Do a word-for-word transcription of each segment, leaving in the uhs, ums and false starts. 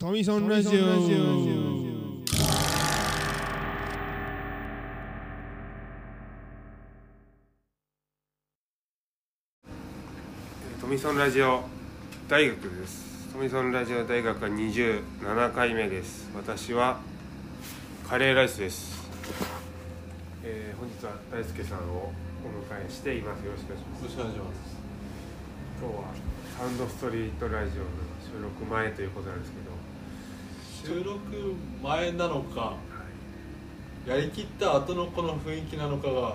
トミソンラジオ。 トミソンラジオ大学です。トミソンラジオ大学はにじゅうななかいめです。私はカレーライスです。えー、本日は大輔さんをお迎えしています。よろしくお願いします。 よろしくお願いします。 今日はサウンドストリートラジオの収録前ということなんですけど、 収録前なのか、はい、やりきった後のこの雰囲気なのかが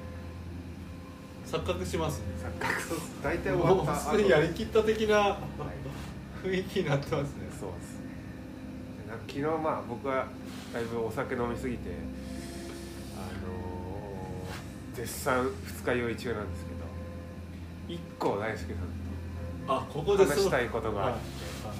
錯覚しますね。 錯覚そう大体終わったもうすでにやりきった的な雰囲気になってますね。 そうですね。なんか昨日まあ僕はだいぶお酒飲みすぎて、あのー、絶賛二日酔い中なんですけど、一個大輔さんとあここで話したいことがあって、はい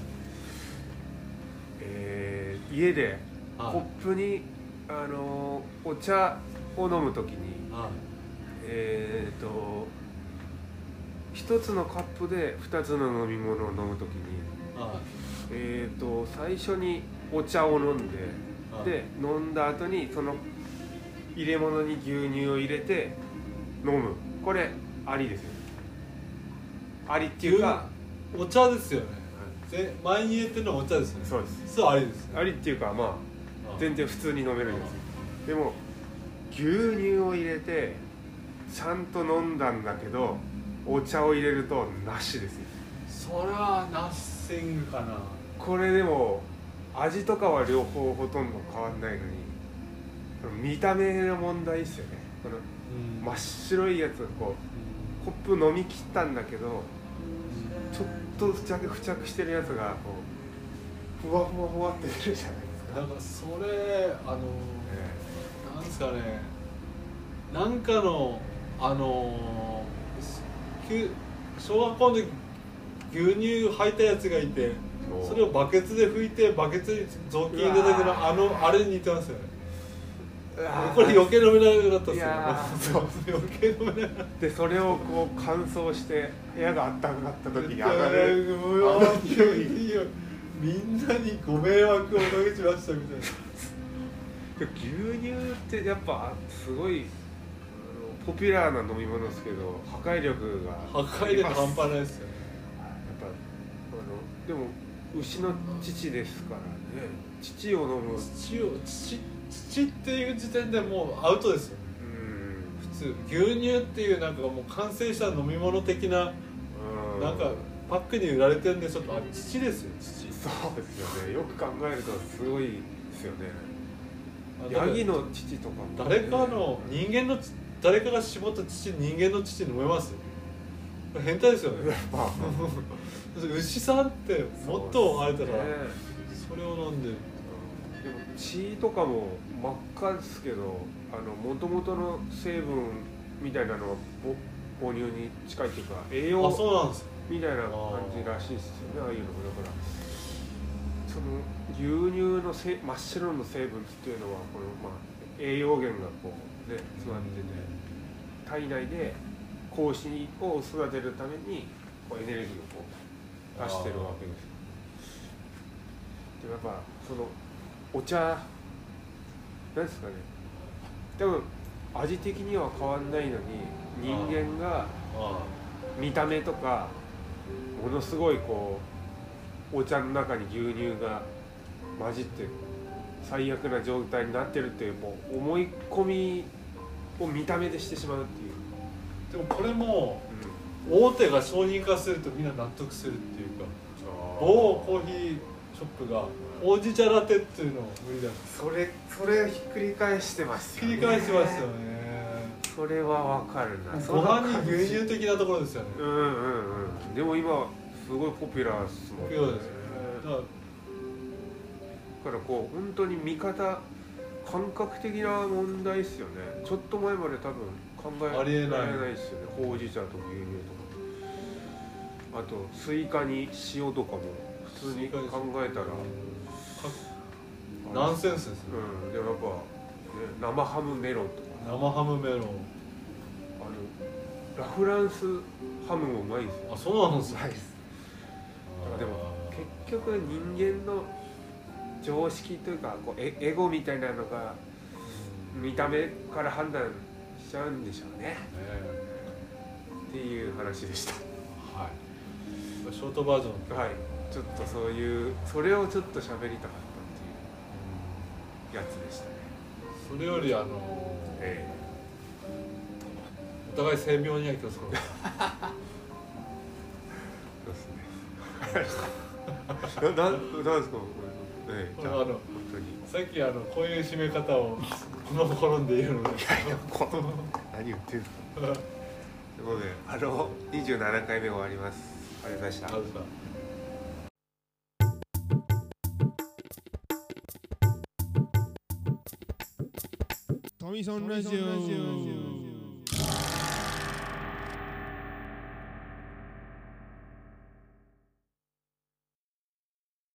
えー、家でコップに、あのー、お茶を飲むときに、はい、えーと一つのカップで二つの飲み物を飲むときに、はい、えーと最初にお茶を飲んで、はい、で飲んだ後にその入れ物に牛乳を入れて飲む。これありですよね。ありっていうかお茶ですよね。で前に入れてるのはお茶ですよね。 そうです。 そうありです、ね、 ありっていうかまあ全然普通に飲めるんですよ。でも牛乳を入れてちゃんと飲んだんだけどお茶を入れるとなしですよ。 それはナッシングかな。 これでも味とかは両方ほとんど変わんないのに、見た目の問題ですよね。この真っ白いやつをこうコップ飲み切ったんだけどちょっと付着付着してるやつがこうふわふわふわって出るじゃないですか。 だからそれあの、えー、なんですかね、なんかのあの小学校の時牛乳吐いたやつがいて、それをバケツで拭いてバケツに雑巾入れたけど、あのあれに似てますよね。これ余計飲めなかったですよ。余計飲めなかった。 でそれをこう乾燥して部屋があったかかった時に上がるみんなにご迷惑をおかけしましたみたいな。 牛乳ってやっぱすごいポピュラーな飲み物ですけど破壊力が破壊力半端ないですよね。 やっぱあのでも牛の乳ですからね。乳を飲む乳を乳乳っていう時点でもうアウトですよね。うん普通牛乳っていうなんかもう完成した飲み物的ななんかパックに売られてるんでちょっとあ乳ですよ乳。 そうですよね。よく考えるとすごいですよね。ヤギの乳とかも、ね、 誰かの人間の誰かが絞った乳人間の乳飲めますよ。変態ですよね。牛さんってもっとあれだからそれを飲んでる。 でも血とかも真っ赤ですけど、あの元々の成分みたいなのは母乳に近いっていうか栄養みたいな感じらしいですよね。ああいうのもだからその牛乳のせ真っ白の成分っていうのはこの、まあ、栄養源がこうね詰まってて、体内で胞子を育てるためにこうエネルギーをこう出してるわけです。でもやっぱそのお茶なんですかね、多分味的には変わんないのに人間が見た目とかものすごいこうお茶の中に牛乳が混じって最悪な状態になってるっていうもう思い込みを見た目でしてしまうっていう。 でもこれも、うん、大手が商品化するとみんな納得するっていうか、某コーヒーショップがほうじ茶ラテっていうのを無理だ。 それそれひっくり返してますよね。 ひっくり返してますよね。 それはわかるな。 ご飯に牛乳的なところですよね。 うんうんうん。でも今すごいポピュラーですもんね。 ポピュラーですよね。だからだからこう本当に見方感覚的な問題ですよね。ちょっと前まで多分考えられないですよね。ほうじ茶と牛乳とか、あとスイカに塩とかも普通に考えたらナンセンスですよ。 うん。でもやっぱ、ね、生ハムメロンとか生ハムメロン、あのラフランスハムもうまいですよ。 あ、そうなんですか。 うまいです。でも結局人間の常識というかこうエエゴみたいなのが見た目から判断しちゃうんでしょうね、えー、っていう話でした。 はい、ショートバージョン。 はい、ちょっとそういうそれをちょっと喋りたかったっていうやつでしたね。 それよりあのーえー、お互い性病には気をつけてそうですねな、な、なんですかこれ、ええ、じゃああの本当にさっきあのこういう締め方をこの頃で言うので何言ってるんですかということであのにじゅうななかいめ終わります。ありがとうございました。ありがとうございました。 トミソンラジオ。